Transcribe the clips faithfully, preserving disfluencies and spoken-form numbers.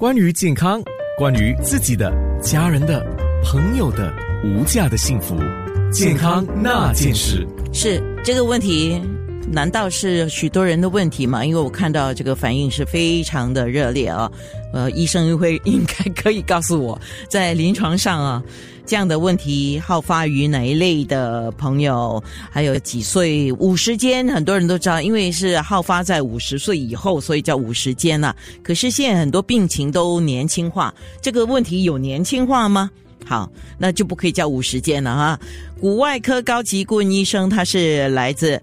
关于健康，关于自己的、家人的、朋友的无价的幸福，健康那件事。 是这个问题难道是许多人的问题吗？因为我看到这个反应是非常的热烈啊。呃，医生会应该可以告诉我，在临床上啊，这样的问题好发于哪一类的朋友，还有几岁？五十间很多人都知道，因为是好发在五十岁以后，所以叫五十间啊。可是现在很多病情都年轻化，这个问题有年轻化吗？好，那就不可以叫五十间了哈。骨外科高级顾问医生，他是来自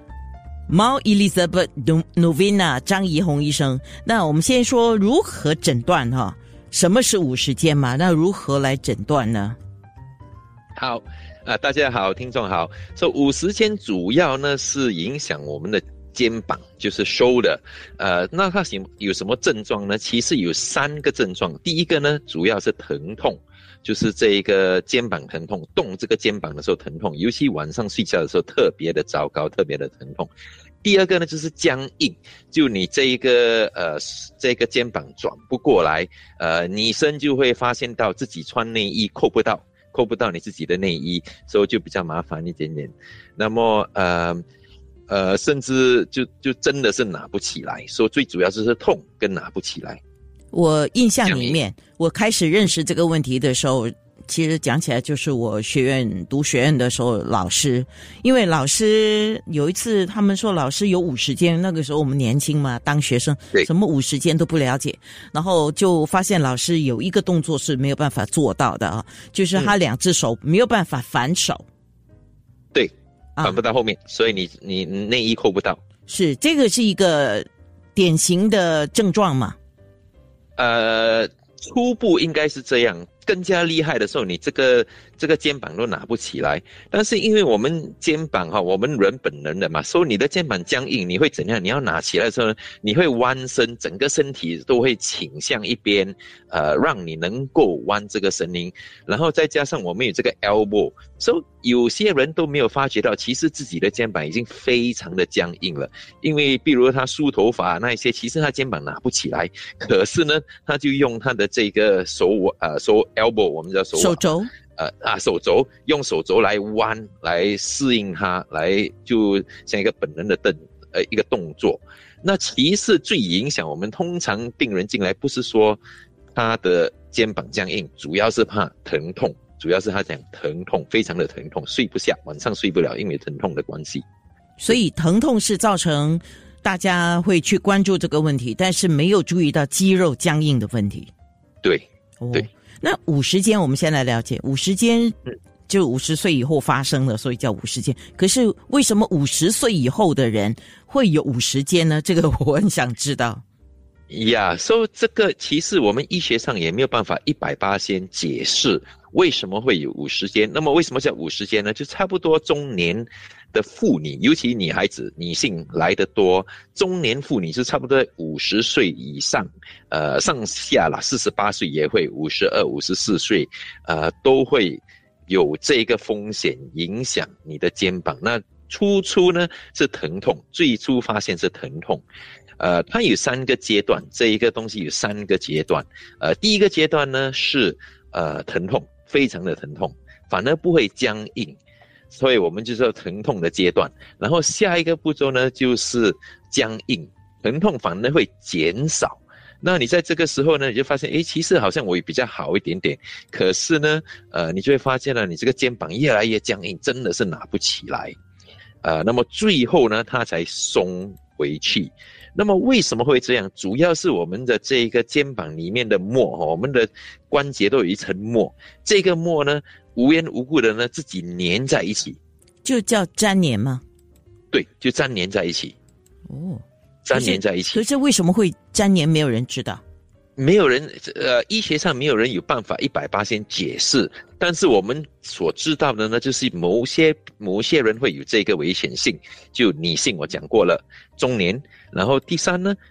Mount Elizabeth Novena 张怡红医生。那我们先说如何诊断哈，什么是五十肩嘛？那如何来诊断呢？ 好，呃，大家好，听众好。说五十肩主要呢是影响我们的肩膀，就是 shoulder。呃，那它有什么症状呢？其实有三个症状。第一个呢，主要是疼痛。就是这一个肩膀疼痛，动这个肩膀的时候疼痛，尤其晚上睡觉的时候特别的糟糕，特别的疼痛。第二个呢就是僵硬，就你这一个呃这个肩膀转不过来，呃女生就会发现到自己穿内衣扣不到，扣不到你自己的内衣，所以就比较麻烦一点点。那么呃呃甚至就就真的是拿不起来，所以最主要就是痛跟拿不起来。 我印象里面，我开始认识这个问题的时候，其实讲起来就是我学院读学院的时候，老师，因为老师有一次他们说老师有五十肩，那个时候我们年轻嘛，当学生，什么五十肩都不了解，然后就发现老师有一个动作是没有办法做到的啊，就是他两只手没有办法反手， 对，反不到后面，啊、所以你你内衣扣不到， 是这个是一个典型的症状嘛？ 呃，初步应该是这样，更加厉害的时候，你这个这个肩膀都拿不起来。但是因为我们肩膀哈，我们人本能的嘛，所以你的肩膀僵硬，你会怎样？你要拿起来的时候，你会弯身，整个身体都会倾向一边，呃，让你能够弯这个身音。然后再加上我们有这个 elbow， 所以有些人都没有发觉到，其实自己的肩膀已经非常的僵硬了。因为比如他梳头发那一些，其实他肩膀拿不起来，可是呢，他就用他的这个手呃手 elbow， 我们叫手手肘。 呃啊，手肘用手肘来弯，来适应它，来就像一个本能的动呃一个动作。那其实最影响我们，通常病人进来不是说他的肩膀僵硬，主要是怕疼痛，主要是他讲疼痛，非常的疼痛，睡不下，晚上睡不了，因为疼痛的关系。 所以疼痛是造成大家会去关注这个问题，但是没有注意到肌肉僵硬的问题。 对，对。 哦，那五十肩我们先来了解，五十肩就五十岁以后发生的，所以叫五十肩。可是为什么五十岁以后的人会有五十肩呢？这个我很想知道。 呀，所以这个其实我们医学上也没有办法一百八先解释为什么会有五十肩。那么为什么叫五十肩呢？就差不多中年的妇女，尤其女孩子、女性来得多，中年妇女是差不多五十岁以上，呃，上下啦，四十八岁也会，五十二、五十四岁，呃，都会有这个风险影响你的肩膀。那初初呢是疼痛，最初发现是疼痛。呃，它有三个阶段，这一个东西有三个阶段。呃，第一个阶段呢是呃疼痛，非常的疼痛，反而不会僵硬，所以我们就说疼痛的阶段。然后下一个步骤呢就是僵硬，疼痛反而会减少。那你在这个时候呢，你就发现，诶，其实好像我也比较好一点点。可是呢，呃，你就会发现了，你这个肩膀越来越僵硬，真的是拿不起来。呃，那么最后呢，它才松回去。那么为什么会这样？主要是我们的这个肩膀里面的膜，我们的关节都有一层膜，这个膜呢无缘无故的呢自己粘在一起， 就叫粘连吗？ 对，就粘连在一起。 哦， 粘连在一起。 可是为什么会粘连？没有人知道。 没有人，呃，医学上没有人有办法一百八先解释，但是我们所知道的呢，就是某些某些人会有这个危险性，就女性我讲过了，中年，然后第三呢，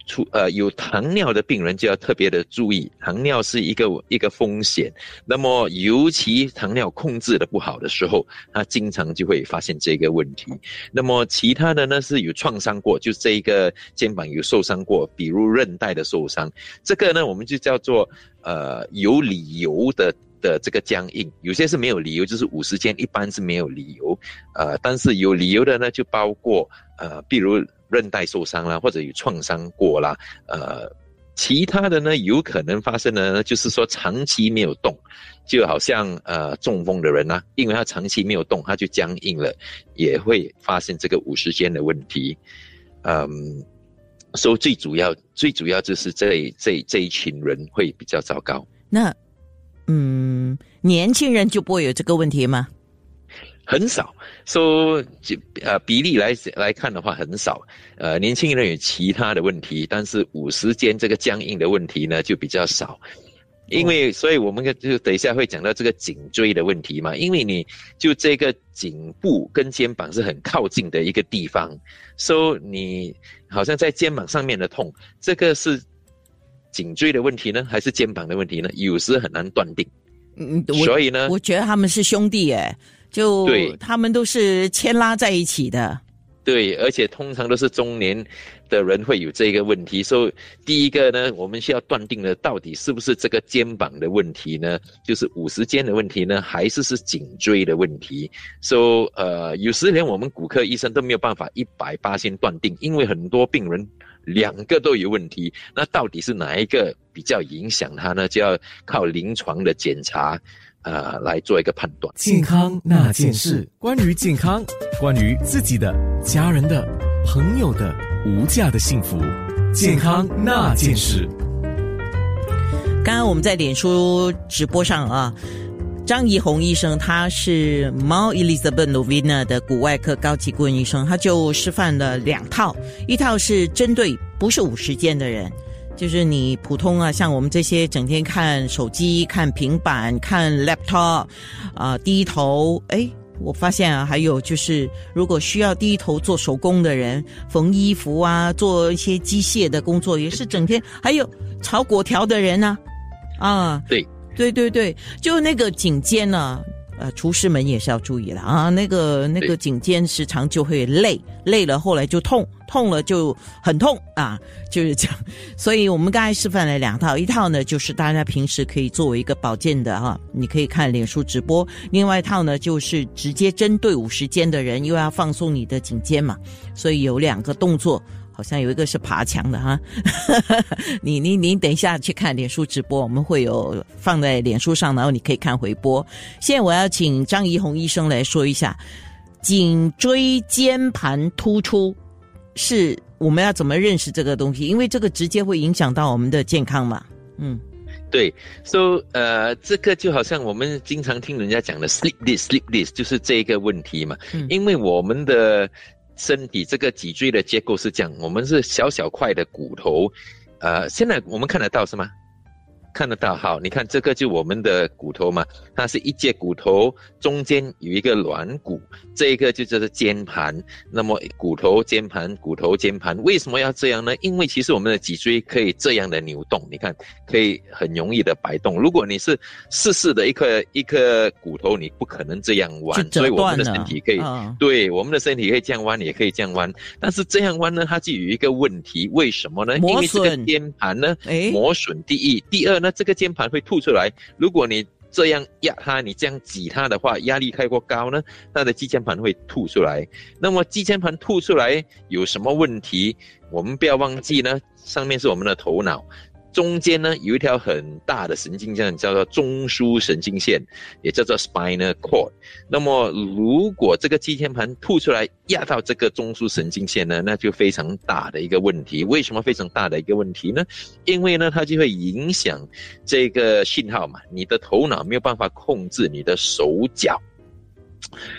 出呃有糖尿的病人就要特别的注意，糖尿是一个一个风险。那么尤其糖尿控制的不好的时候，他经常就会发现这个问题。那么其他的呢是有创伤过，就是这一个肩膀有受伤过，比如韧带的受伤，这个呢我们就叫做呃有理由的的这个僵硬，有些是没有理由，就是五十肩一般是没有理由，呃，但是有理由的呢就包括呃，比如韧带受伤啦，或者有创伤过啦，呃，其他的呢有可能发生的呢就是说长期没有动，就好像呃中风的人啊，因为他长期没有动，他就僵硬了，也会发现这个五十肩的问题，嗯。所以最主要最主要就是这这这一群人会比较糟糕。 那嗯，年轻人就不会有这个问题吗？ 很少，说、so, 呃比例来来看的话很少。呃，年轻人有其他的问题，但是五十肩这个僵硬的问题呢就比较少。因为，所以我们就等一下会讲到这个颈椎的问题嘛。因为你就这个颈部跟肩膀是很靠近的一个地方，所以你好像在肩膀上面的痛，这个是颈椎的问题呢，还是肩膀的问题呢？有时很难断定。 嗯， 所以呢， 我觉得他们是兄弟耶，就对，他们都是牵拉在一起的。 对，而且通常都是中年的人会有这个问题，所以第一个呢，我们需要断定的到底是不是这个肩膀的问题呢？就是五十肩的问题呢，还是是颈椎的问题？所以呃，有时连我们骨科医生都没有办法一百八先断定，因为很多病人两个都有问题，那到底是哪一个比较影响他呢？就要靠临床的检查。呃，来做一个判断。 健康那件事，关于健康，关于自己的、家人的、朋友的无价的幸福。健康那件事。 刚刚我们在脸书直播上啊，张怡红医生他是 Mount Elizabeth Novena 的骨外科高级顾问医生，他就示范了两套，一套是针对不是五十肩的人。就是你普通啊，像我们这些整天看手机、看平板、看 laptop 啊、呃，低头，诶，我发现啊，还有就是如果需要低头做手工的人，缝衣服啊，做一些机械的工作，也是整天，还有炒粿条的人呢、啊，啊， 对， 对对对，就那个颈肩呢、啊，呃，厨师们也是要注意了啊，那个那个颈肩时常就会累，累了后来就痛。痛了就很痛啊，就是这样。所以我们刚才示范了两套，一套呢就是大家平时可以作为一个保健的哈，你可以看脸书直播；另外一套呢就是直接针对五十肩的人，又要放松你的颈肩嘛，所以有两个动作。好像有一个是爬墙的哈，你你你等一下去看脸书直播，我们会有放在脸书上，然后你可以看回播。现在我要请张怡红医生来说一下颈椎间盘突出。是我们要怎么认识这个东西？因为这个直接会影响到我们的健康嘛。嗯， 对 ，so 呃，这个就好像我们经常听人家讲的 sleep this sleep this， 就是这个问题嘛。嗯，因为我们的身体这个脊椎的结构是这样，我们是小小块的骨头，呃，现在我们看得到是吗？看得到，好，你看这个就我们的骨头嘛，它是一节骨头，中间有一个软骨，这个就叫做肩盘。那么骨头肩盘，骨头肩盘，为什么要这样呢？因为其实我们的脊椎可以这样的扭动，你看可以很容易的摆动。如果你是死死的一颗一颗骨头，你不可能这样弯，所以我们的身体可以，哦、对，我们的身体可以这样弯，也可以这样弯。但是这样弯呢，它就有一个问题，为什么呢？因为这个肩盘呢磨损，第一，第二呢，这个肩盘会凸出来。如果你这样压它，你这样挤它的话，压力太过高呢，它的肌腱盘会凸出来。那么肌腱盘凸出来有什么问题？我们不要忘记呢，上面是我们的头脑，中间呢有一条很大的神经线，叫做中枢神经线，也叫做 spinal cord。那么如果这个肌腱盘凸出来压到这个中枢神经线呢，那就非常大的一个问题。为什么非常大的一个问题呢？因为呢它就会影响这个信号嘛，你的头脑没有办法控制你的手脚。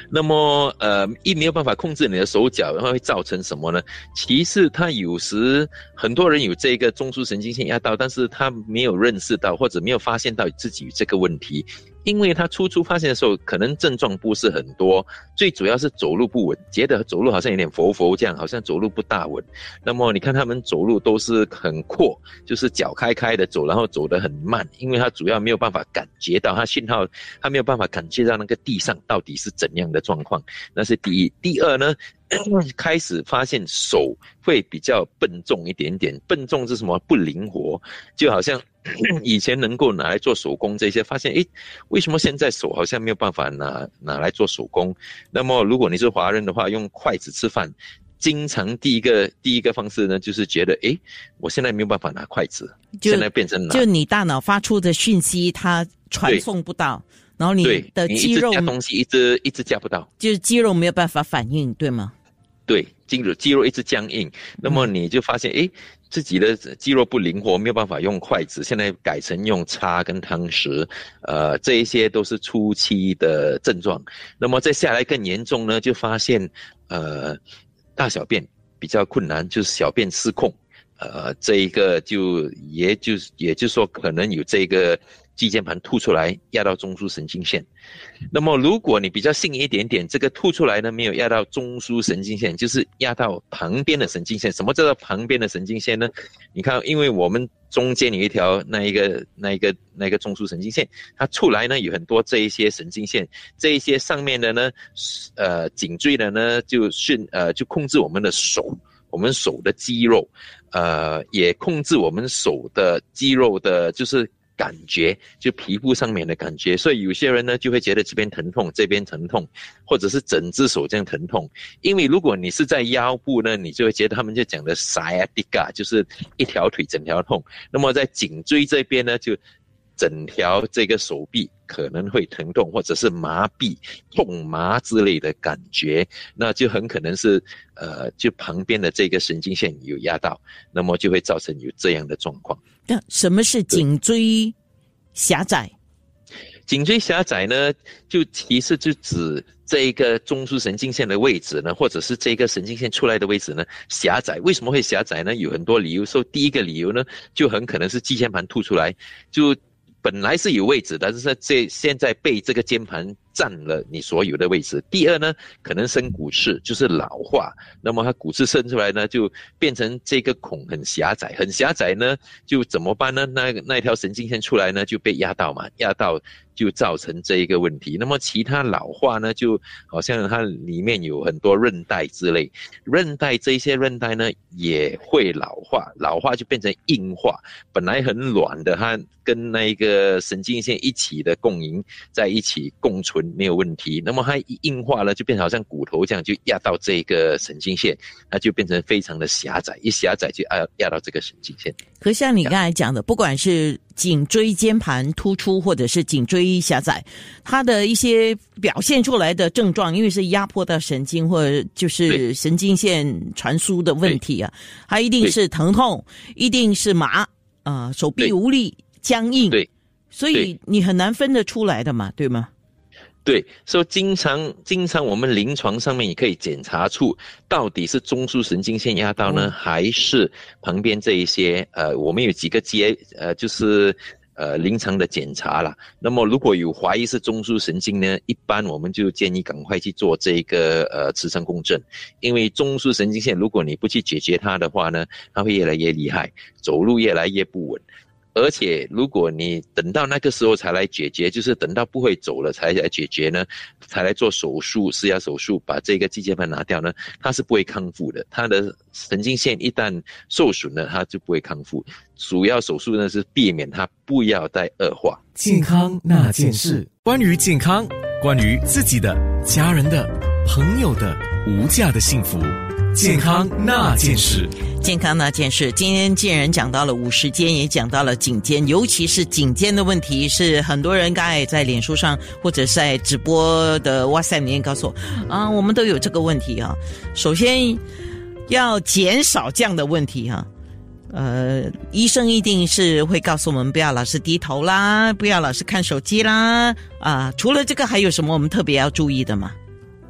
那么呃一没有办法控制你的手脚，然后会造成什么呢？其实他有时很多人有这个中枢神经线压到，但是他没有认识到或者没有发现到自己有这个问题。因为他初初发现的时候，可能症状不是很多，最主要是走路不稳，觉得走路好像有点浮浮这样，好像走路不大稳。那么你看他们走路都是很阔，就是脚开开的走，然后走得很慢，因为他主要没有办法感觉到他信号，他没有办法感觉到那个地上到底是怎样的状况，那是第一。第二呢，开始发现手会比较笨重一点点，笨重是什么？不灵活，就好像以前能够拿来做手工这些，发现诶，为什么现在手好像没有办法拿拿来做手工？那么如果你是华人的话，用筷子吃饭，经常第一个第一个方式呢，就是觉得诶，我现在没有办法拿筷子，现在变成拿， 就你大脑发出的讯息它传送不到，然后你的肌肉你一直夹东西一直一直夹不到， 就是肌肉没有办法反应，对吗？ 对，肌肉肌肉一直僵硬，那么你就发现诶，自己的肌肉不灵活，没有办法用筷子，现在改成用叉跟汤匙，呃，这一些都是初期的症状。那么再下来更严重呢，就发现呃大小便比较困难，就是小便失控，呃，这一个就也就也就是说可能有这个肌腱盘凸出来压到中枢神经线。那么如果你比较幸运一点点，这个凸出来呢没有压到中枢神经线，就是压到旁边的神经线。什么叫做旁边的神经线呢？你看，因为我们中间有一条那一个那一个那一个中枢神经线，它出来呢有很多这一些神经线，这一些上面的呢，呃，颈椎的呢就训呃就控制我们的手，我们手的肌肉，呃，也控制我们手的肌肉的，就是感觉，就皮肤上面的感觉。所以有些人呢就会觉得这边疼痛，这边疼痛，或者是整只手这样疼痛。因为如果你是在腰部呢，你就会觉得他们就讲的 sciatica， 就是一条腿整条痛。那么在颈椎这边呢，就整条这个手臂可能会疼痛，或者是麻痹、痛麻之类的感觉，那就很可能是呃，就旁边的这个神经线有压到，那么就会造成有这样的状况。 那什么是颈椎狭窄？ 颈椎狭窄呢，就其实就指这个中枢神经线的位置呢，或者是这个神经线出来的位置呢狭窄。为什么会狭窄呢？有很多理由。所以第一个理由呢，就很可能是肌腱盘凸出来，就本来是有位置的，但是这现在被这个肩盘占了你所有的位置。第二呢，可能生骨刺，就是老化，那么它骨刺生出来呢，就变成这个孔很狭窄，很狭窄呢，就怎么办呢？那那条神经线出来呢，就被压到嘛，压到就造成这一个问题。那么其他老化呢，就好像它里面有很多韧带之类，韧带这一些韧带呢也会老化，老化就变成硬化，本来很软的，它跟那个神经线一起的共赢，在一起共存没有问题。那么它一硬化了，就变成好像骨头这样，就压到这个神经线，它就变成非常的狭窄，一狭窄就压压到这个神经线。 可像你刚才讲的，不管是颈椎间盘突出或者是颈椎狭窄，它的一些表现出来的症状，因为是压迫到神经或者就是神经线传输的问题啊，它一定是疼痛，一定是麻，呃，手臂无力、僵硬， 对， 所以你很难分得出来的嘛，对吗？ 对，所以经常经常我们临床上面也可以检查出到底是中枢神经线压到呢，嗯、还是旁边这一些呃，我们有几个阶呃，就是呃临床的检查啦。那么如果有怀疑是中枢神经呢，一般我们就建议赶快去做这个呃磁场共振，因为中枢神经线如果你不去解决它的话呢，它会越来越厉害，走路越来越不稳。而且如果你等到那个时候才来解决，就是等到不会走了才来解决呢，才来做手术，施压手术把这个肌腱盘拿掉呢，它是不会康复的。它的神经线一旦受损了，它就不会康复。主要手术呢是避免它不要再恶化。 健康那件事，关于健康，关于自己的、家人的、朋友的无价的幸福。健康那件事， 健康那件事。今天既然讲到了五十肩，也讲到了颈肩，尤其是颈肩的问题，是很多人刚才在脸书上或者是在直播的 WhatsApp 里面告诉我啊，我们都有这个问题啊。首先要减少这样的问题啊。呃，医生一定是会告诉我们不要老是低头啦，不要老是看手机啦啊。除了这个，还有什么我们特别要注意的吗？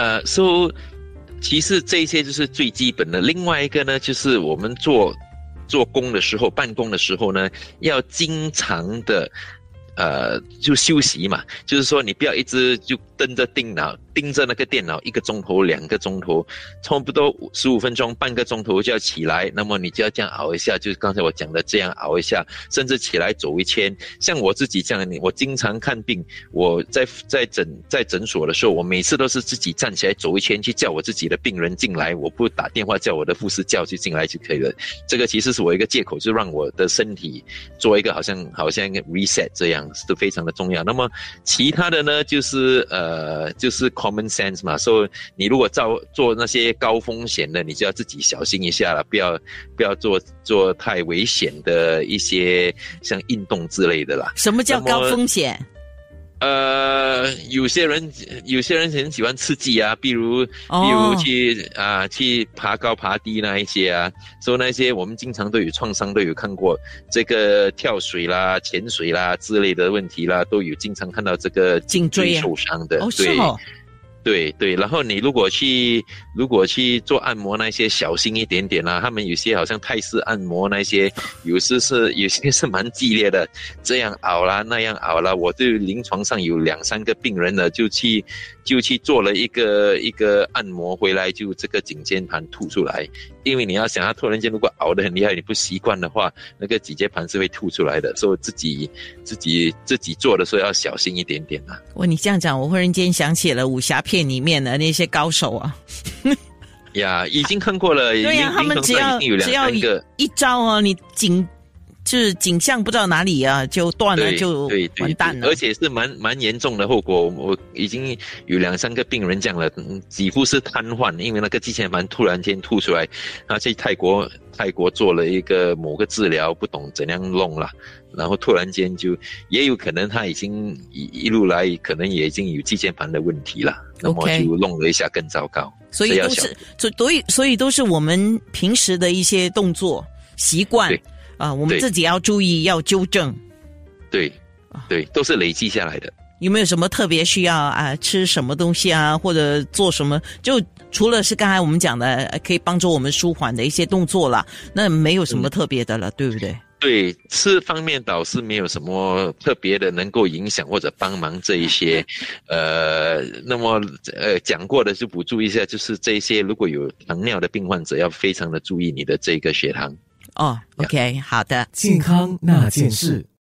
呃 ，so 其实这些就是最基本的。另外一个呢，就是我们做做工的时候，办公的时候呢，要经常的。呃，就休息嘛，就是说你不要一直就盯着电脑，盯着那个电脑一个钟头、两个钟头，差不多十五分钟、半个钟头就要起来。那么你就要这样熬一下，就是刚才我讲的这样熬一下，甚至起来走一圈。像我自己这样，我经常看病，我在在诊在诊所的时候，我每次都是自己站起来走一圈，去叫我自己的病人进来，我不打电话叫我的护士叫就进来就可以了。这个其实是我一个借口，就让我的身体做一个好像好像一个 reset 这样。是非常的重要。那么其他的呢，就是呃，就是 common sense 嘛。所以你如果做做那些高风险的，你就要自己小心一下了，不要不要做做太危险的一些像运动之类的啦。 什么叫高风险？ 呃，有些人有些人很喜欢刺激啊，比如比如去啊、呃、去爬高爬低那一些啊，所以那些我们经常都有创伤，都有看过这个跳水啦、潜水啦之类的问题啦，都有经常看到这个颈椎受伤的， 哦， 对。 是哦。 对对，然后你如果去如果去做按摩那些小心一点点啦、啊，他们有些好像泰式按摩那些，有时是有些是蛮激烈的，这样熬啦那样熬啦，我对临床上有两三个病人呢，就去就去做了一个一个按摩回来，就这个颈椎盘吐出来，因为你要想他突然间如果熬得很厉害，你不习惯的话，那个脊椎盘是会吐出来的，所以自己自己自己做的时候要小心一点点啊。 哇，你这样讲，我忽然间想起了武侠片里面的那些高手啊。 呀，已经看过了。 对呀、啊，他们只要只要一一招哦，你颈就是颈项不知道哪里啊就断了，就完蛋了， 而且是蛮蛮严重的后果。我已经有两三个病人这样了，几乎是瘫痪，因为那个肌腱盘突然间吐出来。他去泰国泰国做了一个某个治疗，不懂怎样弄了，然后突然间就也有可能他已经一一路来可能也已经有肌腱盘的问题了，那么就弄了一下更糟糕。 所以都是所以所以都是我们平时的一些动作习惯啊，我们自己要注意要纠正。 对对，都是累积下来的。 有没有什么特别需要啊？吃什么东西啊，或者做什么？就除了是刚才我们讲的可以帮助我们舒缓的一些动作啦，那没有什么特别的了，嗯、对不对？ 对，吃方面倒是没有什么特别的能够影响或者帮忙这一些，呃，那么呃讲过的就补注意一下，就是这些如果有糖尿的病患者要非常的注意你的这个血糖。 哦 ，OK， 好的， 健康那件事。